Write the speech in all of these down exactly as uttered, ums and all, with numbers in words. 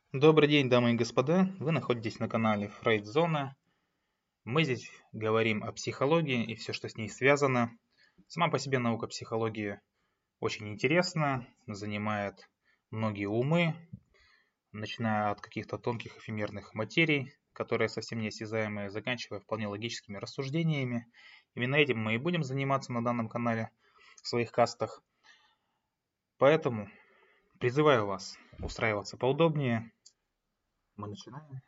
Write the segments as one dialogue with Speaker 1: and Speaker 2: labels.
Speaker 1: Добрый день, дамы и господа. Вы находитесь на канале Фрейд-зона. Мы здесь говорим о психологии и все, что с ней связано. Сама по себе наука психологии очень интересна, занимает многие умы, начиная от каких-то тонких эфемерных материй, которые совсем неосязаемые, заканчивая вполне логическими рассуждениями. Именно этим мы и будем заниматься на данном канале в своих кастах. Поэтому призываю вас устраиваться поудобнее. Мы начинаем.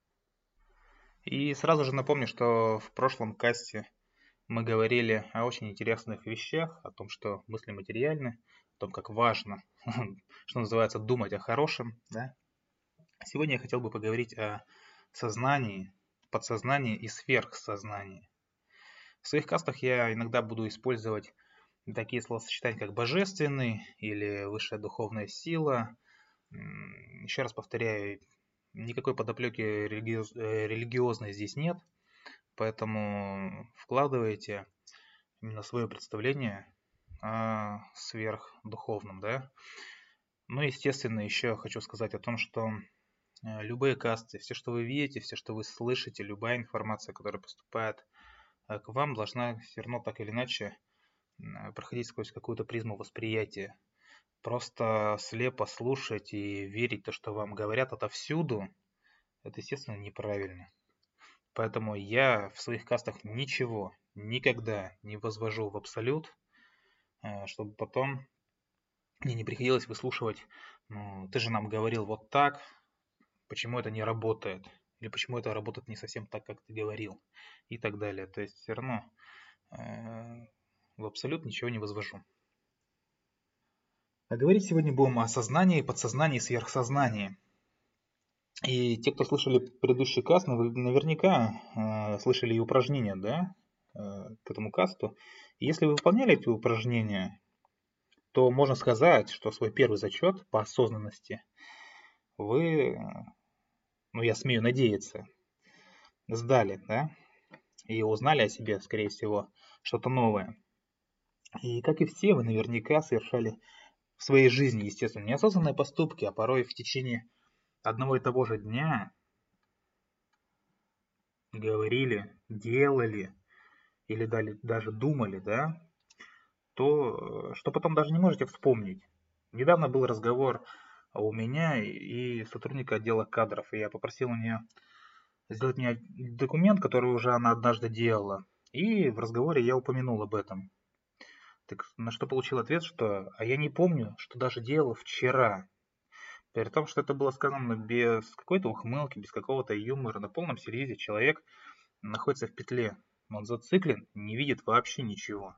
Speaker 1: И сразу же напомню, что в прошлом касте мы говорили о очень интересных вещах, о том, что мысли материальны, о том, как важно, что называется, думать о хорошем. Да? Сегодня я хотел бы поговорить о сознании, подсознании и сверхсознании. В своих кастах я иногда буду использовать такие словосочетания, как божественный или высшая духовная сила. Еще раз повторяю, никакой подоплеки религиоз... религиозной здесь нет, поэтому вкладывайте именно свое представление о сверхдуховном, да. Ну, естественно, еще хочу сказать о том, что любые касты, все, что вы видите, все, что вы слышите, любая информация, которая поступает к вам, должна все равно так или иначе проходить сквозь какую-то призму восприятия. Просто слепо слушать и верить в то, что вам говорят отовсюду, это, естественно, неправильно. Поэтому я в своих кастах ничего никогда не возвожу в абсолют, чтобы потом мне не приходилось выслушивать, ну, ты же нам говорил вот так, почему это не работает, или почему это работает не совсем так, как ты говорил, и так далее. То есть все равно э, в абсолют ничего не возвожу. А говорить сегодня будем о сознании, подсознании, сверхсознании. И те, кто слышали предыдущий каст, наверняка э, слышали и упражнения, да, э, к этому касту. И если вы выполняли эти упражнения, то можно сказать, что свой первый зачет по осознанности вы, ну я смею надеяться, сдали, да, и узнали о себе, скорее всего, что-то новое. И как и все, вы наверняка совершали в своей жизни, естественно, неосознанные поступки, а порой в течение одного и того же дня говорили, делали или даже думали, да, то, что потом даже не можете вспомнить. Недавно был разговор у меня и сотрудника отдела кадров, и я попросил у нее сделать мне документ, который уже она однажды делала. И в разговоре я упомянул об этом. Так на что получил ответ, что «а я не помню, что даже делал вчера». При том, что это было сказано без какой-то ухмылки, без какого-то юмора, на полном серьезе человек находится в петле. Он зациклен, не видит вообще ничего.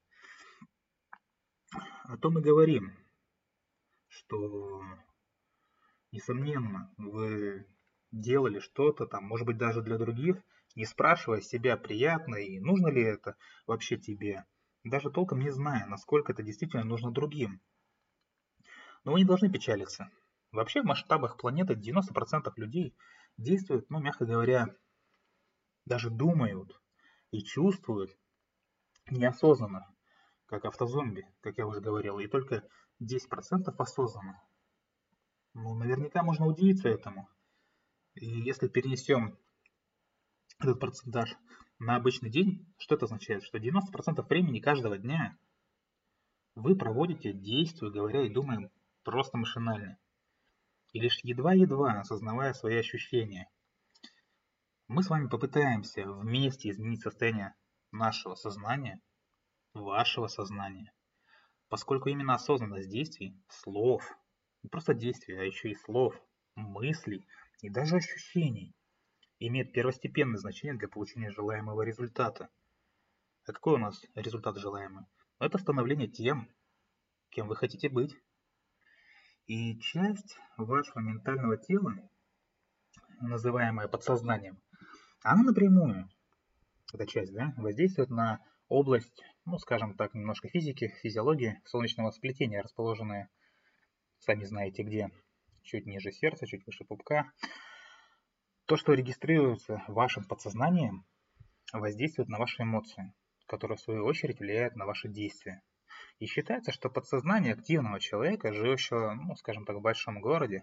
Speaker 1: О том и говорим, что, несомненно, вы делали что-то там, может быть, даже для других, не спрашивая себя, приятно и нужно ли это вообще тебе, даже толком не зная, насколько это действительно нужно другим. Но вы не должны печалиться. Вообще в масштабах планеты девяносто процентов людей действуют, ну, мягко говоря, даже думают и чувствуют неосознанно, как автозомби, как я уже говорил, и только десять процентов осознанно. Ну, наверняка можно удивиться этому. И если перенесем этот процентаж на обычный день, что это означает? Что девяносто процентов времени каждого дня вы проводите, действуя, говоря и думая просто машинально. И лишь едва-едва осознавая свои ощущения. Мы с вами попытаемся вместе изменить состояние нашего сознания, вашего сознания. Поскольку именно осознанность действий, слов, не просто действий, а еще и слов, мыслей и даже ощущений имеет первостепенное значение для получения желаемого результата. А какой у нас результат желаемый? Это становление тем, кем вы хотите быть. И часть вашего ментального тела, называемая подсознанием, она напрямую, эта часть, да, воздействует на область, ну, скажем так, немножко физики, физиологии солнечного сплетения, расположенные, сами знаете где, чуть ниже сердца, чуть выше пупка. То, что регистрируется вашим подсознанием, воздействует на ваши эмоции, которые в свою очередь влияют на ваши действия. И считается, что подсознание активного человека, живущего, ну, скажем так, в большом городе,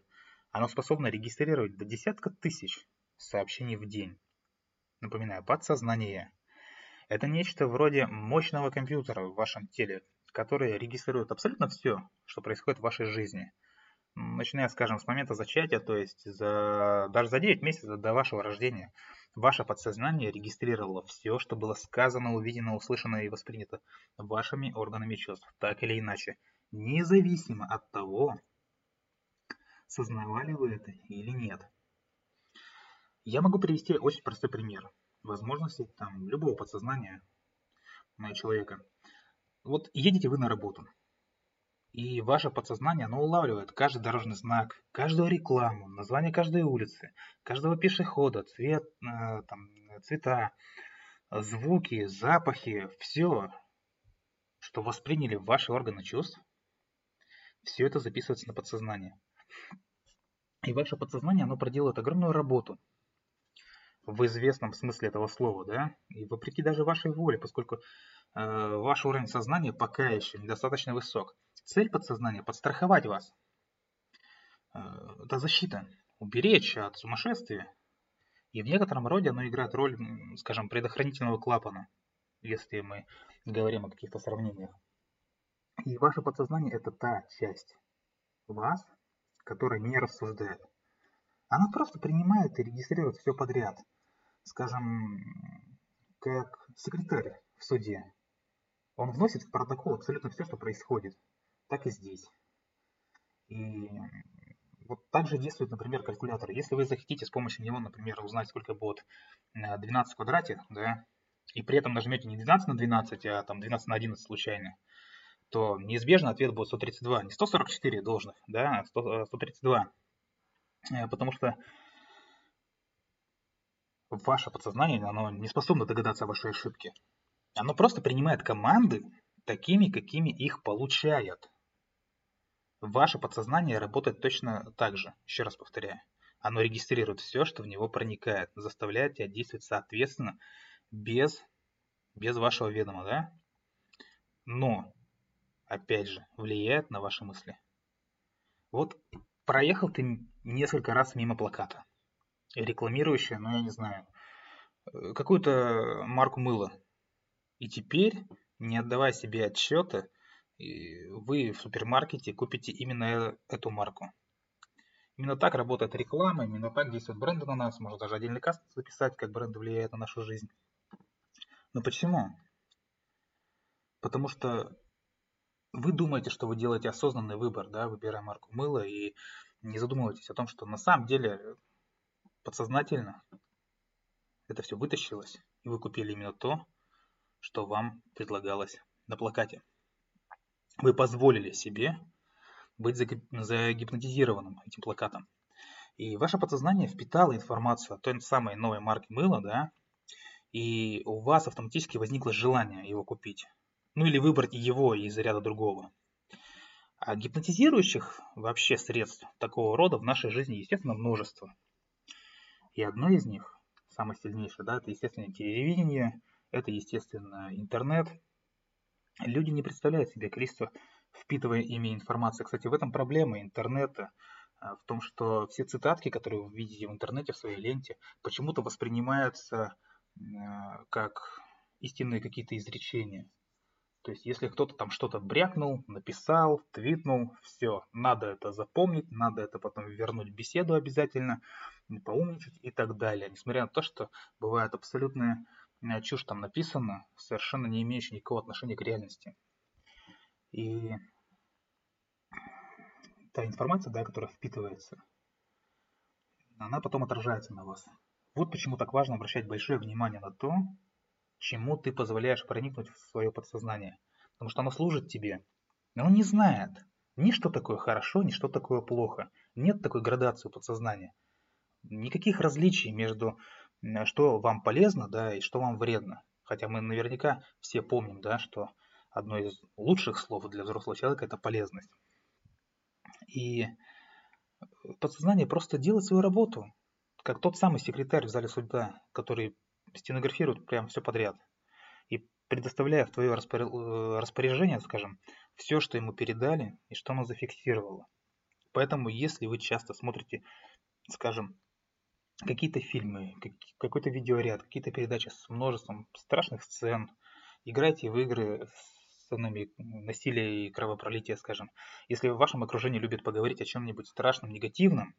Speaker 1: Оно способно регистрировать до десятка тысяч сообщений в день. Напоминаю, подсознание. Это нечто вроде мощного компьютера в вашем теле, который регистрирует абсолютно все, что происходит в вашей жизни. Начиная, скажем, с момента зачатия, то есть за, даже за девять месяцев до вашего рождения, ваше подсознание регистрировало все, что было сказано, увидено, услышано и воспринято вашими органами чувств, так или иначе, независимо от того, сознавали вы это или нет. Я могу привести очень простой пример возможностей там, любого подсознания человека. Вот едете вы на работу, и ваше подсознание, оно улавливает каждый дорожный знак, каждую рекламу, название каждой улицы, каждого пешехода, цвет, э, там, цвета, звуки, запахи, все, что восприняли ваши органы чувств, все это записывается на подсознание. И ваше подсознание, оно проделает огромную работу в известном смысле этого слова, да, и вопреки даже вашей воле, поскольку э, ваш уровень сознания пока еще недостаточно высок. Цель подсознания – подстраховать вас. Это защита, уберечь от сумасшествия. И в некотором роде оно играет роль, скажем, предохранительного клапана, если мы говорим о каких-то сравнениях. И ваше подсознание – это та часть вас, которая не рассуждает. Она просто принимает и регистрирует все подряд. Скажем, как секретарь в суде. Он вносит в протокол абсолютно все, что происходит. Так и здесь. И вот так же действует, например, калькулятор. Если вы захотите с помощью него, например, узнать, сколько будет двенадцать в квадрате, да, и при этом нажмете не двенадцать на двенадцать, а там двенадцать на одиннадцать случайно, то неизбежно ответ будет сто тридцать два. Не сто сорок четыре должных, да, а сто тридцать два. Потому что ваше подсознание, оно не способно догадаться о вашей ошибке. Оно просто принимает команды такими, какими их получает. Ваше подсознание работает точно так же, еще раз повторяю. Оно регистрирует все, что в него проникает, заставляет тебя действовать соответственно, без, без вашего ведома, да? Но, опять же, влияет на ваши мысли. Вот проехал ты несколько раз мимо плаката, рекламирующего, ну я не знаю, какую-то марку мыла. И теперь, не отдавая себе отчета, вы в супермаркете купите именно эту марку. Именно так работает реклама, именно так действуют бренды на нас. Можно даже отдельный каст записать, как бренды влияют на нашу жизнь. Но почему? Потому что вы думаете, что вы делаете осознанный выбор, да, выбирая марку мыла, и не задумываетесь о том, что на самом деле подсознательно это все вытащилось, и вы купили именно то, что вам предлагалось на плакате. Вы позволили себе быть загипнотизированным этим плакатом. И ваше подсознание впитало информацию о той самой новой марке мыла, да, и у вас автоматически возникло желание его купить. Ну или выбрать его из ряда другого. А гипнотизирующих вообще средств такого рода в нашей жизни, естественно, множество. И одно из них, самое сильнейшее, да, это, естественно, телевидение, это, естественно, интернет. Люди не представляют себе количество впитывая ими информации. Кстати, в этом проблема интернета, в том, что все цитатки, которые вы видите в интернете, в своей ленте, почему-то воспринимаются как истинные какие-то изречения. То есть, если кто-то там что-то брякнул, написал, твитнул, все, надо это запомнить, надо это потом вернуть в беседу обязательно, поумничать и так далее. Несмотря на то, что бывает абсолютная чушь там написана, совершенно не имеющая никакого отношения к реальности. И та информация, да, которая впитывается, она потом отражается на вас. Вот почему так важно обращать большое внимание на то, чему ты позволяешь проникнуть в свое подсознание. Потому что оно служит тебе. Но оно не знает ни что такое хорошо, ни что такое плохо. Нет такой градации у подсознания. Никаких различий между что вам полезно, да, и что вам вредно. Хотя мы наверняка все помним, да, что одно из лучших слов для взрослого человека – это полезность. И подсознание просто делает свою работу. Как тот самый секретарь в зале суда, который стенографирует прям все подряд. И предоставляя в твое распоряжение, скажем, все, что ему передали и что оно зафиксировало. Поэтому, если вы часто смотрите, скажем, какие-то фильмы, какой-то видеоряд, какие-то передачи с множеством страшных сцен, играете в игры с сценами насилия и кровопролития, скажем, если в вашем окружении любят поговорить о чем-нибудь страшном, негативном,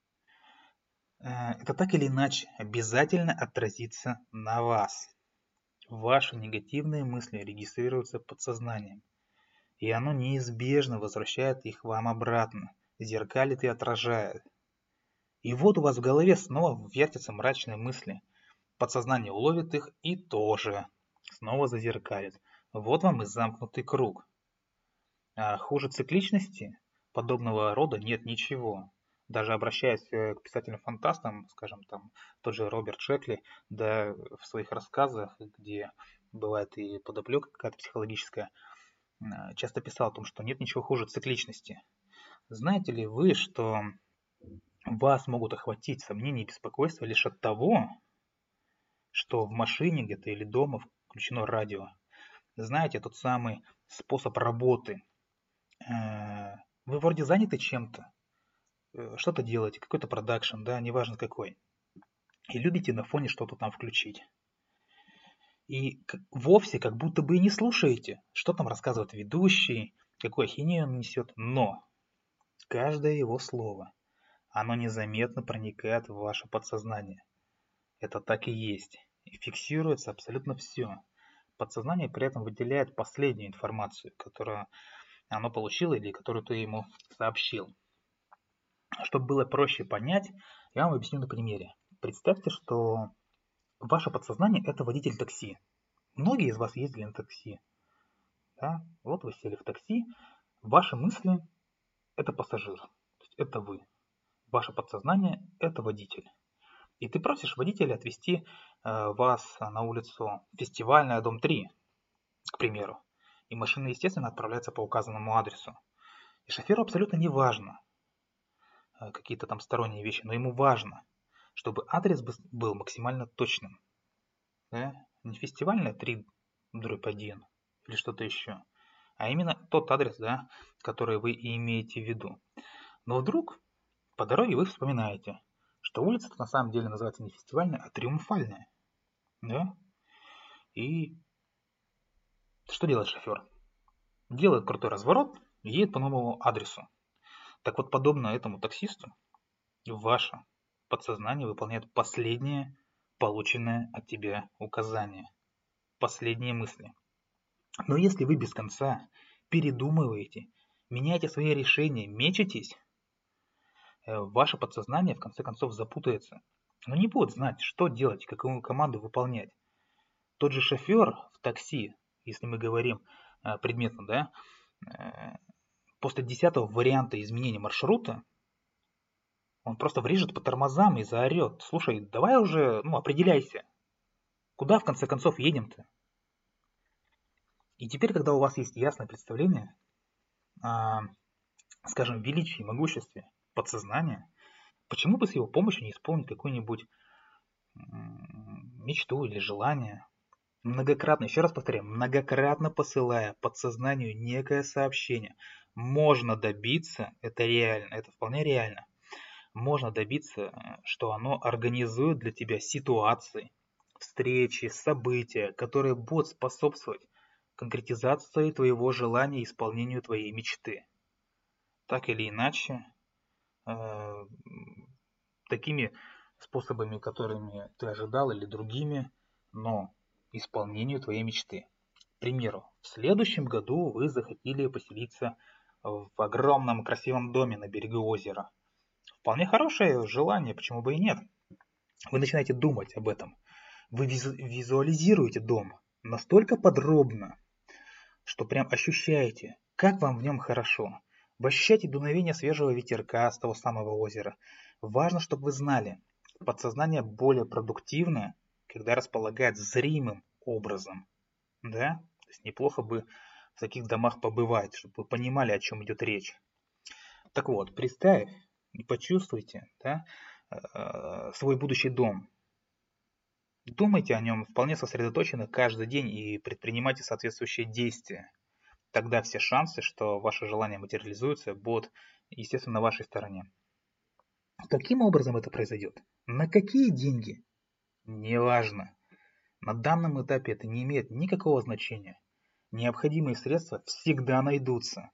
Speaker 1: это так или иначе обязательно отразится на вас. Ваши негативные мысли регистрируются подсознанием, и оно неизбежно возвращает их вам обратно, зеркалит и отражает. И вот у вас в голове снова вертятся мрачные мысли. Подсознание уловит их и тоже снова зазеркалит. Вот вам и замкнутый круг. А хуже цикличности подобного рода нет ничего. Даже обращаясь к писателям-фантастам, скажем, там тот же Роберт Шекли, да, в своих рассказах, где бывает и подоплека какая-то психологическая, часто писал о том, что нет ничего хуже цикличности. Знаете ли вы, что вас могут охватить сомнения и беспокойство лишь от того, что в машине где-то или дома включено радио? Знаете, тот самый способ работы. Вы вроде заняты чем-то, что-то делаете, какой-то продакшн, да, неважно какой, и любите на фоне что-то там включить. И вовсе как будто бы и не слушаете, что там рассказывает ведущий, какую ахинею он несет, но каждое его слово, оно незаметно проникает в ваше подсознание. Это так и есть. И фиксируется абсолютно все. Подсознание при этом выделяет последнюю информацию, которую оно получило или которую ты ему сообщил. Чтобы было проще понять, я вам объясню на примере. Представьте, что ваше подсознание – это водитель такси. Многие из вас ездили на такси. Да? Вот вы сели в такси, ваши мысли – это пассажир, то есть это вы. Ваше подсознание – это водитель. И ты просишь водителя отвезти э, вас на улицу Фестивальная, дом три, к примеру. И машина, естественно, отправляется по указанному адресу. И шоферу абсолютно не важно э, какие-то там сторонние вещи, но ему важно, чтобы адрес был максимально точным. Да? Не Фестивальная три, дробь один или что-то еще, а именно тот адрес, да, который вы и имеете в виду. Но вдруг по дороге вы вспоминаете, что улица на самом деле называется не Фестивальная, а Триумфальная. Да? И что делает шофер? Делает крутой разворот и едет по новому адресу. Так вот, подобно этому таксисту, ваше подсознание выполняет последнее полученное от тебя указание. Последние мысли. Но если вы без конца передумываете, меняете свои решения, мечетесь, ваше подсознание в конце концов запутается. Оно не будет знать, что делать, какую команду выполнять. Тот же шофер в такси, если мы говорим предметно, да, после десятого варианта изменения маршрута, он просто врежет по тормозам и заорет: слушай, давай уже, ну, определяйся, куда в конце концов едем-то? И теперь, когда у вас есть ясное представление о, скажем, величии и могуществе подсознания, почему бы с его помощью не исполнить какую-нибудь мечту или желание, многократно, еще раз повторяю, многократно посылая подсознанию некое сообщение? Можно добиться, это реально, это вполне реально, можно добиться, что оно организует для тебя ситуации, встречи, события, которые будут способствовать конкретизации твоего желания и исполнению твоей мечты. Так или иначе, э, такими способами, которыми ты ожидал, или другими, но исполнению твоей мечты. К примеру, в следующем году вы захотели поселиться в огромном красивом доме на берегу озера. Вполне хорошее желание, почему бы и нет. Вы начинаете думать об этом. Вы визуализируете дом настолько подробно, что прям ощущаете, как вам в нем хорошо. Вы ощущаете дуновение свежего ветерка с того самого озера. Важно, чтобы вы знали, подсознание более продуктивно, когда располагает зримым образом. Да? То есть неплохо бы в таких домах побывать, чтобы вы понимали, о чем идет речь. Так вот, представь и почувствуйте, да, свой будущий дом. Думайте о нем вполне сосредоточенно каждый день и предпринимайте соответствующие действия. Тогда все шансы, что ваше желание материализуется, будут естественно, на вашей стороне. Каким образом это произойдет? На какие деньги? Неважно. На данном этапе это не имеет никакого значения. Необходимые средства всегда найдутся.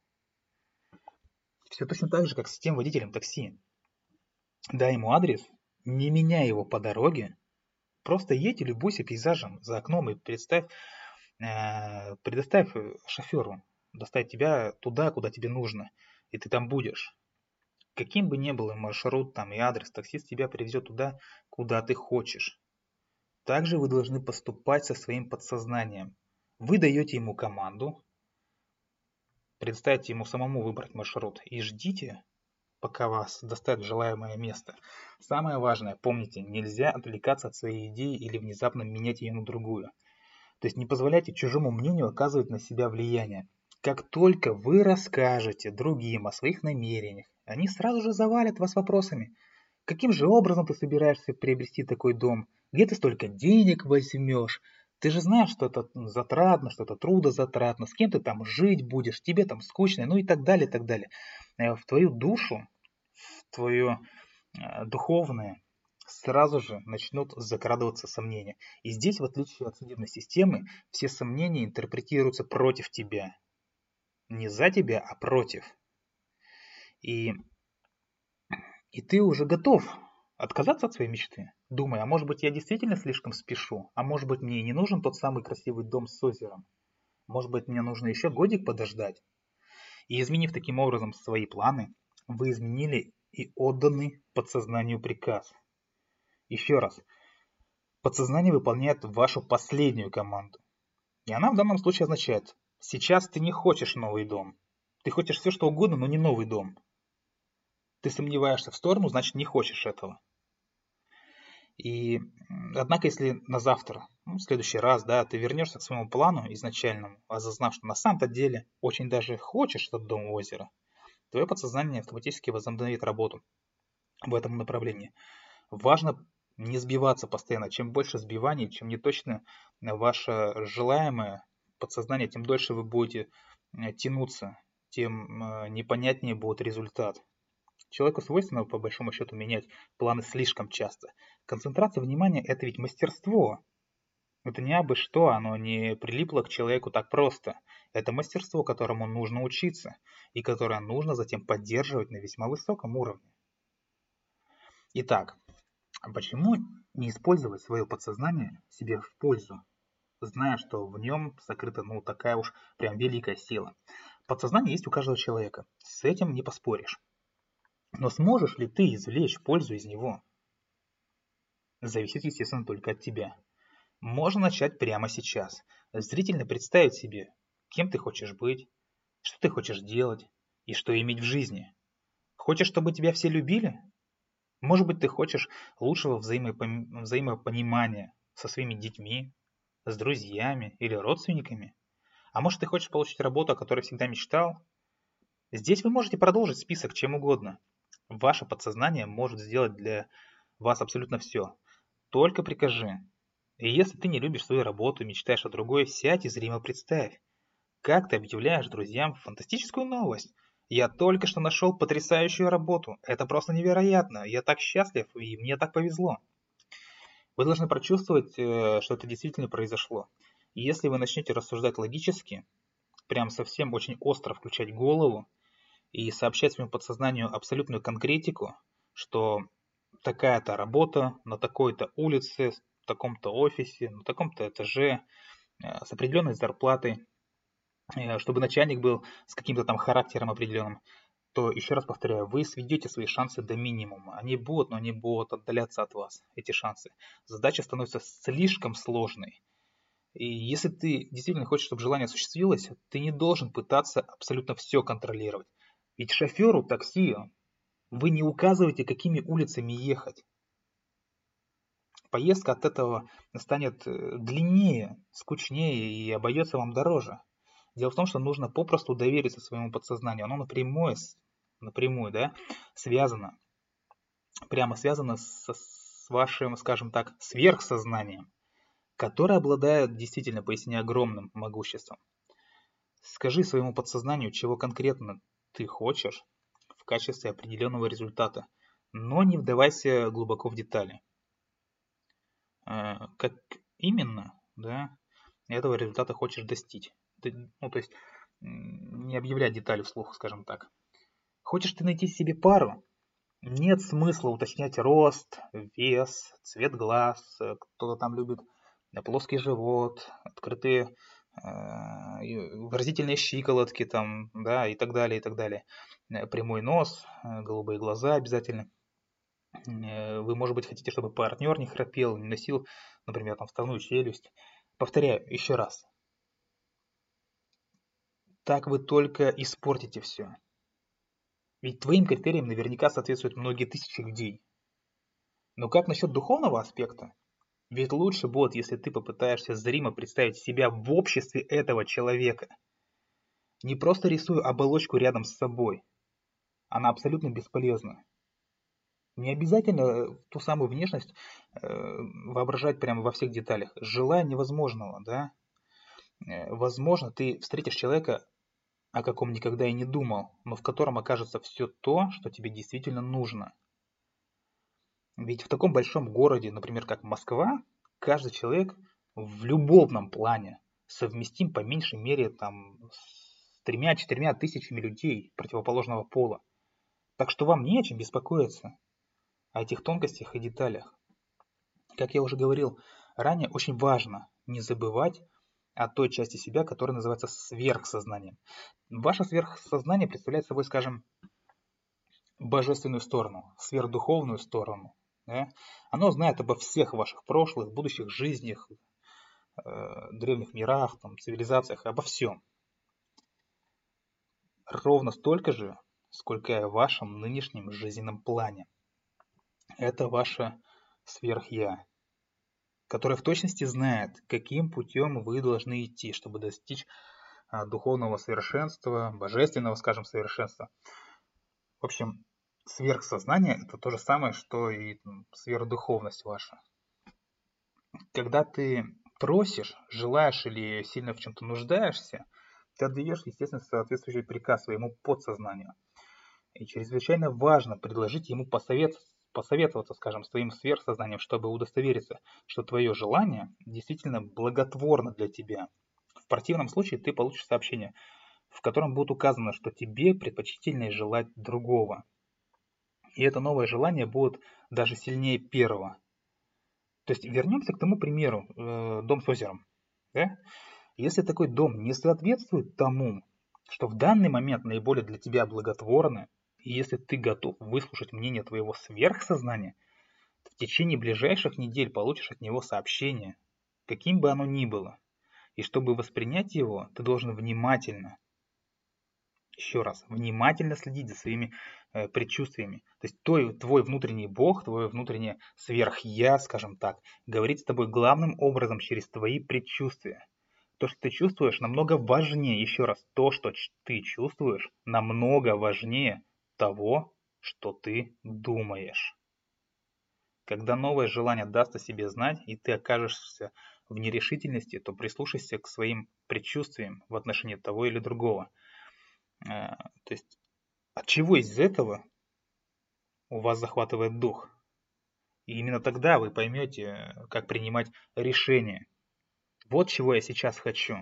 Speaker 1: Все точно так же, как с тем водителем такси. Дай ему адрес, не меняй его по дороге, просто едь и любуйся пейзажем за окном и представь, э, предоставь шоферу доставить тебя туда, куда тебе нужно, и ты там будешь. Каким бы ни был маршрут там и адрес, таксист тебя привезет туда, куда ты хочешь. Также вы должны поступать со своим подсознанием. Вы даете ему команду, предоставьте ему самому выбрать маршрут и ждите, пока вас доставят в желаемое место. Самое важное, помните, нельзя отвлекаться от своей идеи или внезапно менять ее на другую. То есть не позволяйте чужому мнению оказывать на себя влияние. Как только вы расскажете другим о своих намерениях, они сразу же завалят вас вопросами. Каким же образом ты собираешься приобрести такой дом? Где ты столько денег возьмешь? Ты же знаешь, что это затратно, что это трудозатратно, с кем ты там жить будешь, тебе там скучно, ну и так далее, и так далее. В твою душу, в твое духовное сразу же начнут закрадываться сомнения. И здесь, в отличие от судебной системы, все сомнения интерпретируются против тебя. Не за тебя, а против. И, и ты уже готов отказаться от своей мечты, думая, а может быть я действительно слишком спешу, а может быть мне не нужен тот самый красивый дом с озером, может быть мне нужно еще годик подождать. И изменив таким образом свои планы, вы изменили и отданы подсознанию приказ. Еще раз, подсознание выполняет вашу последнюю команду. И она в данном случае означает, сейчас ты не хочешь новый дом, ты хочешь все что угодно, но не новый дом. Ты сомневаешься в сторону, значит не хочешь этого. И однако, если на завтра, ну, в следующий раз, да, ты вернешься к своему плану изначальному, осознав, что на самом-то деле очень даже хочешь этот дом у озера, твое подсознание автоматически возобновит работу в этом направлении. Важно не сбиваться постоянно. Чем больше сбиваний, чем неточно ваше желаемое подсознание, тем дольше вы будете тянуться, тем непонятнее будет результат. Человеку свойственно, по большому счету, менять планы слишком часто. Концентрация внимания – это ведь мастерство. Это не абы что, оно не прилипло к человеку так просто. Это мастерство, которому нужно учиться, и которое нужно затем поддерживать на весьма высоком уровне. Итак, а почему не использовать свое подсознание себе в пользу, зная, что в нем сокрыта ну такая уж прям великая сила? Подсознание есть у каждого человека, с этим не поспоришь. Но сможешь ли ты извлечь пользу из него? Зависит, естественно, только от тебя. Можно начать прямо сейчас. Зрительно представить себе, кем ты хочешь быть, что ты хочешь делать и что иметь в жизни. Хочешь, чтобы тебя все любили? Может быть, ты хочешь лучшего взаимопон... взаимопонимания со своими детьми, с друзьями или родственниками? А может, ты хочешь получить работу, о которой всегда мечтал? Здесь вы можете продолжить список чем угодно. Ваше подсознание может сделать для вас абсолютно все. Только прикажи. И если ты не любишь свою работу и мечтаешь о другой, сядь и зримо представь, как ты объявляешь друзьям фантастическую новость. Я только что нашел потрясающую работу. Это просто невероятно. Я так счастлив, и мне так повезло. Вы должны прочувствовать, что это действительно произошло. И если вы начнете рассуждать логически, прям совсем очень остро включать голову и сообщать своему подсознанию абсолютную конкретику, что такая-то работа на такой-то улице, в таком-то офисе, на таком-то этаже, с определенной зарплатой, чтобы начальник был с каким-то там характером определенным, то, еще раз повторяю, вы сведете свои шансы до минимума. Они будут, но они будут отдаляться от вас, эти шансы. Задача становится слишком сложной. И если ты действительно хочешь, чтобы желание осуществилось, ты не должен пытаться абсолютно все контролировать. Ведь шоферу такси вы не указываете, какими улицами ехать. Поездка от этого станет длиннее, скучнее и обойдется вам дороже. Дело в том, что нужно попросту довериться своему подсознанию. Оно напрямую, напрямую да, связано, прямо связано с, с вашим, скажем так, сверхсознанием, которое обладает действительно поистине огромным могуществом. Скажи своему подсознанию, чего конкретно ты хочешь, в качестве определенного результата, но не вдавайся глубоко в детали. Как именно, да, этого результата хочешь достичь? Ну, то есть не объявлять детали вслух, скажем так. Хочешь ты найти себе пару? Нет смысла уточнять рост, вес, цвет глаз, кто-то там любит плоский живот, открытые выразительные щиколотки там, да, и так далее, и так далее. Прямой нос, голубые глаза обязательно. Вы, может быть, хотите, чтобы партнер не храпел, не носил, например, там вставную челюсть. Повторяю еще раз. Так вы только испортите все. Ведь твоим критериям наверняка соответствуют многие тысячи людей. Но как насчет духовного аспекта? Ведь лучше будет, если ты попытаешься зримо представить себя в обществе этого человека. Не просто рисуя оболочку рядом с собой. Она абсолютно бесполезна. Не обязательно ту самую внешность э, воображать прямо во всех деталях. Желая невозможного, да? Э, возможно, ты встретишь человека, о каком никогда и не думал, но в котором окажется все то, что тебе действительно нужно. Ведь в таком большом городе, например, как Москва, каждый человек в любовном плане совместим по меньшей мере там, с тремя-четырьмя тысячами людей противоположного пола. Так что вам не о чем беспокоиться, о этих тонкостях и деталях. Как я уже говорил ранее, очень важно не забывать о той части себя, которая называется сверхсознанием. Ваше сверхсознание представляет собой, скажем, божественную сторону, сверхдуховную сторону. Да? Оно знает обо всех ваших прошлых, будущих жизнях, э, древних мирах, там, цивилизациях, обо всем. Ровно столько же, сколько и о вашем нынешнем жизненном плане. Это ваше сверх-я, которое в точности знает, каким путем вы должны идти, чтобы достичь а, духовного совершенства, божественного, скажем, совершенства. В общем, сверхсознание – это то же самое, что и сверхдуховность ваша. Когда ты просишь, желаешь или сильно в чем-то нуждаешься, ты отдаешь, естественно, соответствующий приказ своему подсознанию. И чрезвычайно важно предложить ему посоветоваться, посоветоваться, скажем, с твоим сверхсознанием, чтобы удостовериться, что твое желание действительно благотворно для тебя. В противном случае ты получишь сообщение, в котором будет указано, что тебе предпочтительнее желать другого. И это новое желание будет даже сильнее первого. То есть вернемся к тому примеру, э, дом с озером. Да? Если такой дом не соответствует тому, что в данный момент наиболее для тебя благотворно, и если ты готов выслушать мнение твоего сверхсознания, то в течение ближайших недель получишь от него сообщение, каким бы оно ни было. И чтобы воспринять его, ты должен внимательно, еще раз, внимательно следить за своими э, предчувствиями. То есть твой, твой внутренний Бог, твое внутреннее сверх-я, скажем так, говорит с тобой главным образом через твои предчувствия. То, что ты чувствуешь, намного важнее, еще раз, то, что ты чувствуешь, намного важнее того, что ты думаешь. Когда новое желание даст о себе знать, и ты окажешься в нерешительности, то прислушайся к своим предчувствиям в отношении того или другого. То есть, от чего из этого у вас захватывает дух? И именно тогда вы поймете, как принимать решения. Вот чего я сейчас хочу.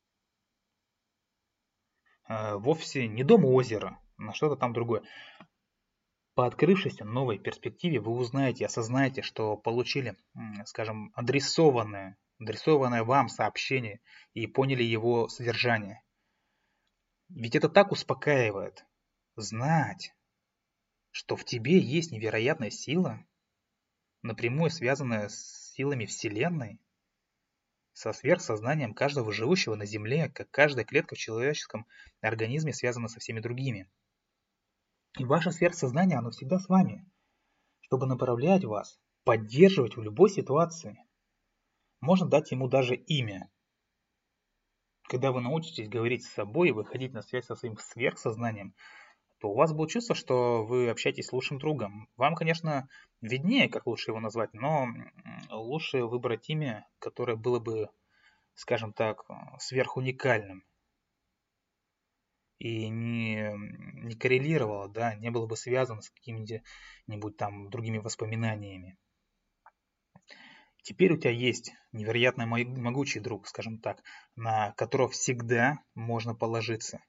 Speaker 1: Вовсе не дом у озера, на что-то там другое. По открывшейся новой перспективе вы узнаете, осознаете, что получили, скажем, адресованное, адресованное вам сообщение и поняли его содержание. Ведь это так успокаивает. Знать, что в тебе есть невероятная сила, напрямую связанная с силами Вселенной, со сверхсознанием каждого живущего на Земле, как каждая клетка в человеческом организме связана со всеми другими. И ваше сверхсознание, оно всегда с вами, чтобы направлять вас, поддерживать в любой ситуации. Можно дать ему даже имя. Когда вы научитесь говорить с собой и выходить на связь со своим сверхсознанием, то у вас будет чувство, что вы общаетесь с лучшим другом. Вам, конечно, виднее, как лучше его назвать, но лучше выбрать имя, которое было бы, скажем так, сверхуникальным. и не, не коррелировало, да, не было бы связано с какими-нибудь там другими воспоминаниями. Теперь у тебя есть невероятно могучий друг, скажем так, на которого всегда можно положиться.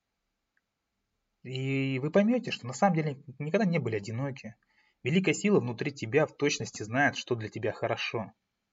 Speaker 1: И вы поймете, что на самом деле никогда не были одиноки. Великая сила внутри тебя в точности знает, что для тебя хорошо.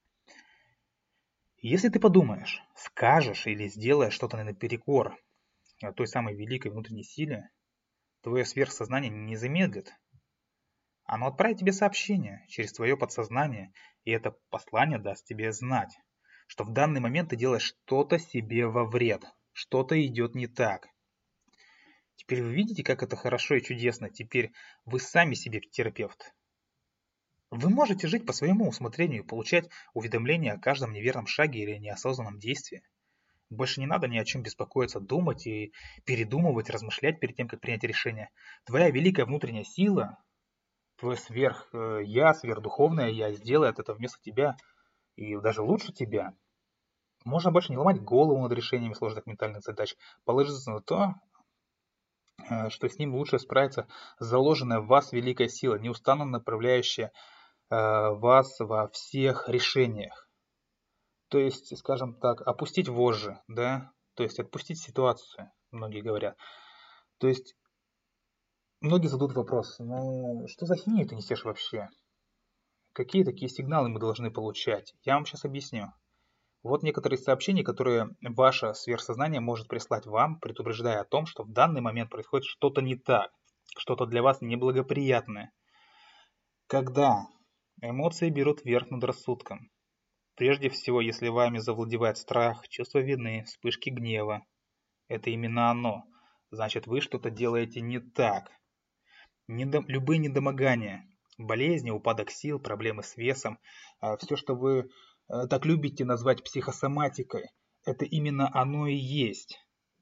Speaker 1: Если ты подумаешь, скажешь или сделаешь что-то наперекор той самой великой внутренней силе, твое сверхсознание не замедлит. Оно отправит тебе сообщение через твое подсознание, и это послание даст тебе знать, что в данный момент ты делаешь что-то себе во вред, что-то идет не так. Теперь вы видите, как это хорошо и чудесно. Теперь вы сами себе терапевт. Вы можете жить по своему усмотрению и получать уведомления о каждом неверном шаге или неосознанном действии. Больше не надо ни о чем беспокоиться, думать и передумывать, размышлять перед тем, как принять решение. Твоя великая внутренняя сила, твое сверх-я, сверхдуховное я сделает это вместо тебя и даже лучше тебя. Можно больше не ломать голову над решениями сложных ментальных задач, положиться на то, что с ним лучше справиться заложенная в вас великая сила, неустанно направляющая вас во всех решениях. То есть, скажем так, опустить вожжи, да, то есть отпустить ситуацию, многие говорят. То есть, многие задают вопрос, ну, что за химию ты несешь вообще? Какие такие сигналы мы должны получать? Я вам сейчас объясню. Вот некоторые сообщения, которые ваше сверхсознание может прислать вам, предупреждая о том, что в данный момент происходит что-то не так, что-то для вас неблагоприятное. Когда эмоции берут верх над рассудком, прежде всего, если вами завладевает страх, чувство вины, вспышки гнева, это именно оно. Значит, вы что-то делаете не так. Недо... Любые недомогания, болезни, упадок сил, проблемы с весом, все, что вы так любите назвать психосоматикой, это именно оно и есть.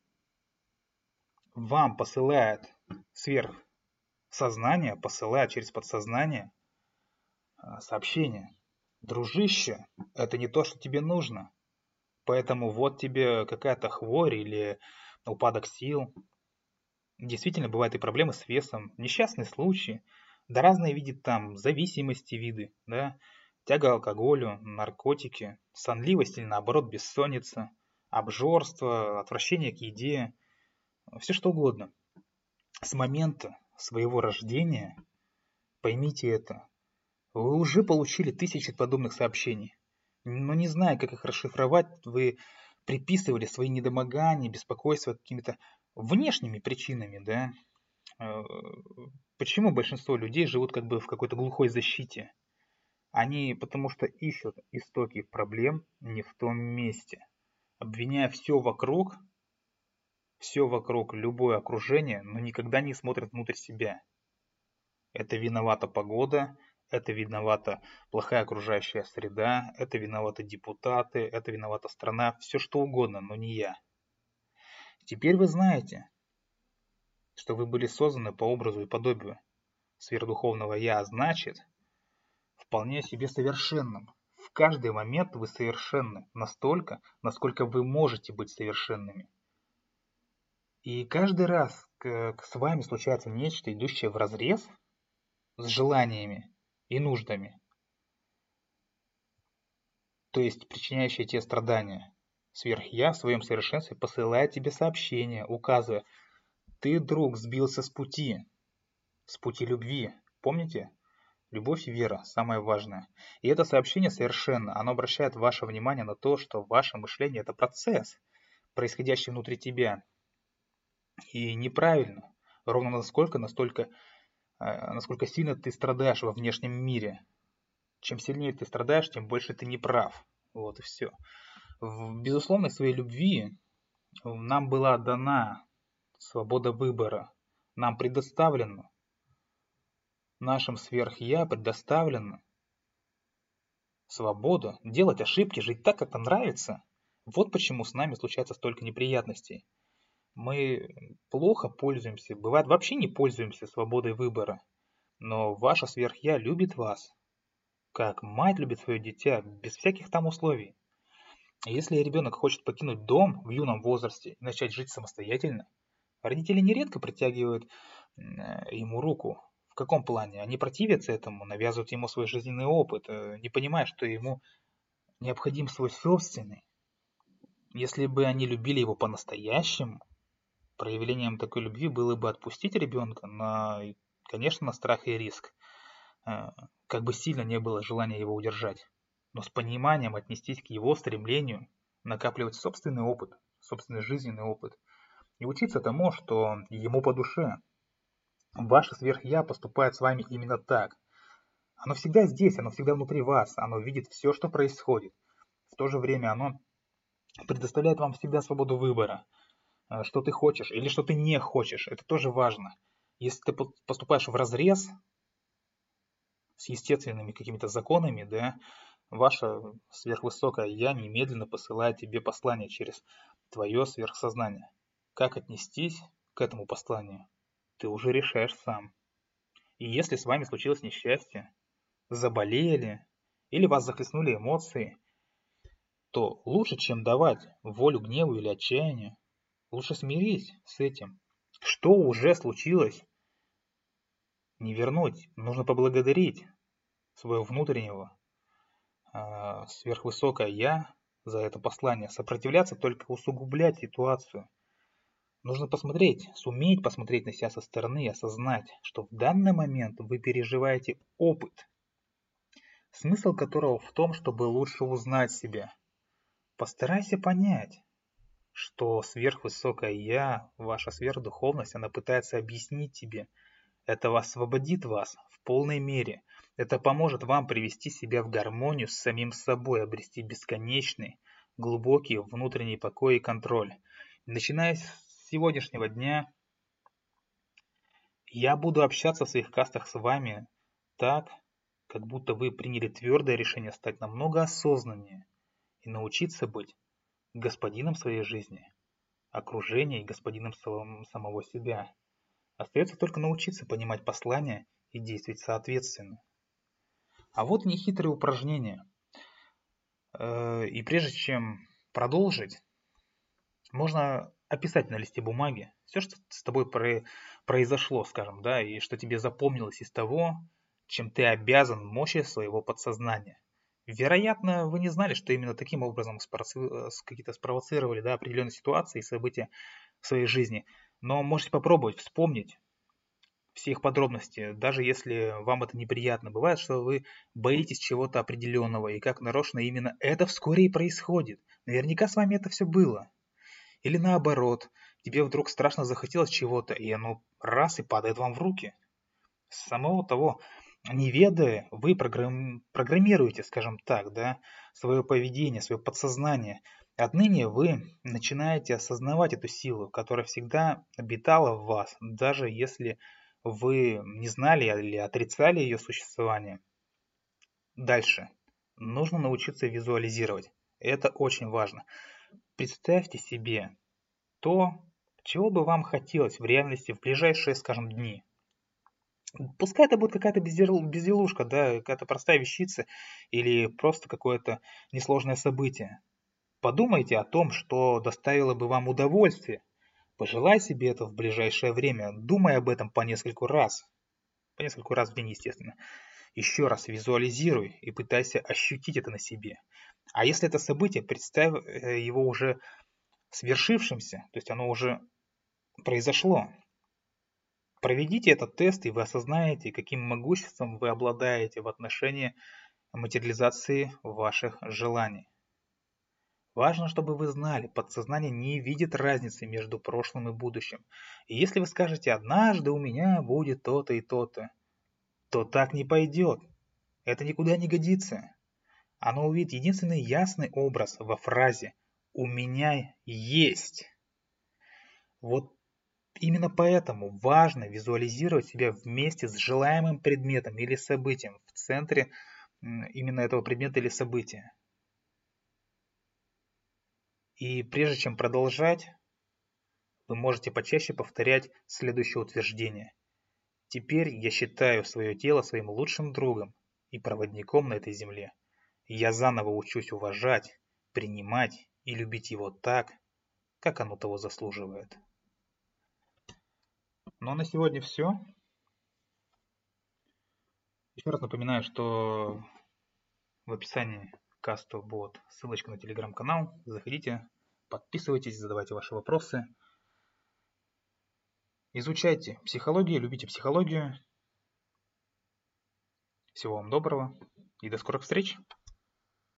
Speaker 1: Вам посылает сверхсознание, посылает через подсознание сообщение. Дружище, это не то, что тебе нужно. Поэтому вот тебе какая-то хворь или упадок сил. Действительно, бывают и проблемы с весом, несчастные случаи, да разные виды там зависимости виды, да, тяга к алкоголю, наркотики, сонливость или наоборот бессонница, обжорство, отвращение к еде, все что угодно. С момента своего рождения, поймите это, вы уже получили тысячи подобных сообщений. Но не зная, как их расшифровать, вы приписывали свои недомогания, беспокойства какими-то внешними причинами, да. Почему большинство людей живут как бы в какой-то глухой защите? Они потому что ищут истоки проблем не в том месте, обвиняя все вокруг, все вокруг, любое окружение, но никогда не смотрят внутрь себя. Это виновата погода, это виновата плохая окружающая среда, это виноваты депутаты, это виновата страна, все что угодно, но не я. Теперь вы знаете, что вы были созданы по образу и подобию сверхдуховного я, значит, вполне себе совершенным. В каждый момент вы совершенны настолько, насколько вы можете быть совершенными. И каждый раз, как с вами случается нечто, идущее вразрез с желаниями и нуждами, то есть причиняющее тебе страдания, сверх-я в своем совершенстве посылает тебе сообщение, указывая, ты, друг, сбился с пути, с пути любви, помните? Любовь и вера – самое важное. И это сообщение совершенно, оно обращает ваше внимание на то, что ваше мышление – это процесс, происходящий внутри тебя. И неправильно. Ровно насколько, настолько, насколько сильно ты страдаешь во внешнем мире. Чем сильнее ты страдаешь, тем больше ты не прав. Вот и все. В безусловной своей любви нам была дана свобода выбора. Нам предоставлено. Нашим сверх-я предоставлено свобода делать ошибки, жить так, как нам нравится. Вот почему с нами случается столько неприятностей. Мы плохо пользуемся, бывает вообще не пользуемся свободой выбора. Но ваше сверх-я любит вас, как мать любит свое дитя, без всяких там условий. Если ребенок хочет покинуть дом в юном возрасте и начать жить самостоятельно, Родители нередко протягивают ему руку. В каком плане? Они противятся этому, навязывают ему свой жизненный опыт, не понимая, что ему необходим свой собственный. Если бы они любили его по-настоящему, проявлением такой любви было бы отпустить ребенка на, конечно, на страх и риск. Как бы сильно не было желания его удержать, но с пониманием отнестись к его стремлению накапливать собственный опыт, собственный жизненный опыт и учиться тому, что ему по душе. Ваше сверх-я поступает с вами именно так. Оно всегда здесь, оно всегда внутри вас, оно видит все, что происходит. В то же время оно предоставляет вам всегда свободу выбора, что ты хочешь или что ты не хочешь. Это тоже важно. Если ты поступаешь вразрез с естественными какими-то законами, да, ваше сверхвысокое «я» немедленно посылает тебе послание через твое сверхсознание. Как отнестись к этому посланию, ты уже решаешь сам. И если с вами случилось несчастье, заболели или вас захлестнули эмоции, то лучше, чем давать волю гневу или отчаянию, лучше смирись с этим. Что уже случилось, не вернуть, нужно поблагодарить своего внутреннего э, сверхвысокое «я» за это послание. Сопротивляться только усугублять ситуацию. Нужно посмотреть, суметь посмотреть на себя со стороны и осознать, что в данный момент вы переживаете опыт, смысл которого в том, чтобы лучше узнать себя. Постарайся понять, что сверхвысокое «я», ваша сверхдуховность, она пытается объяснить тебе. Это освободит вас в полной мере. Это поможет вам привести себя в гармонию с самим собой, обрести бесконечный, глубокий внутренний покой и контроль. Начиная с сегодняшнего дня, я буду общаться в своих кастах с вами так, как будто вы приняли твердое решение стать намного осознаннее и научиться быть господином своей жизни, окружения и господином самого себя. Остается только научиться понимать послание и действовать соответственно. А вот нехитрые упражнения. И прежде чем продолжить, можно описать на листе бумаги все, что с тобой произошло, скажем, да, и что тебе запомнилось из того, чем ты обязан мощи своего подсознания. Вероятно, вы не знали, что именно таким образом какие-то спровоцировали, да, определенные ситуации и события в своей жизни. Но можете попробовать вспомнить все их подробности, даже если вам это неприятно. Бывает, что вы боитесь чего-то определенного, и как нарочно именно это вскоре и происходит. Наверняка с вами это все было. Или наоборот, тебе вдруг страшно захотелось чего-то, и оно раз и падает вам в руки. С самого того, не ведая, вы программ... программируете, скажем так, да, свое поведение, свое подсознание. Отныне вы начинаете осознавать эту силу, которая всегда обитала в вас, даже если вы не знали или отрицали ее существование. Дальше. Нужно научиться визуализировать. Это очень важно. Представьте себе то, чего бы вам хотелось в реальности в ближайшие, скажем, дни. Пускай это будет какая-то безделушка, да, какая-то простая вещица или просто какое-то несложное событие. Подумайте о том, что доставило бы вам удовольствие. Пожелай себе это в ближайшее время. Думай об этом по нескольку раз. По нескольку раз в день, естественно. Еще раз визуализируй и пытайся ощутить это на себе. А если это событие, представь его уже свершившимся, то есть оно уже произошло. Проведите этот тест, и вы осознаете, каким могуществом вы обладаете в отношении материализации ваших желаний. Важно, чтобы вы знали, подсознание не видит разницы между прошлым и будущим. И если вы скажете «однажды у меня будет то-то и то-то», то так не пойдет. Это никуда не годится. Оно увидит единственный ясный образ во фразе «у меня есть». Вот именно поэтому важно визуализировать себя вместе с желаемым предметом или событием в центре именно этого предмета или события. И прежде чем продолжать, вы можете почаще повторять следующее утверждение. Теперь я считаю свое тело своим лучшим другом и проводником на этой земле. Я заново учусь уважать, принимать и любить его так, как оно того заслуживает. Ну а на сегодня все. Еще раз напоминаю, что в описании к касту будет ссылочка на телеграм-канал. Заходите, подписывайтесь, задавайте ваши вопросы. Изучайте психологию, любите психологию. Всего вам доброго и до скорых встреч!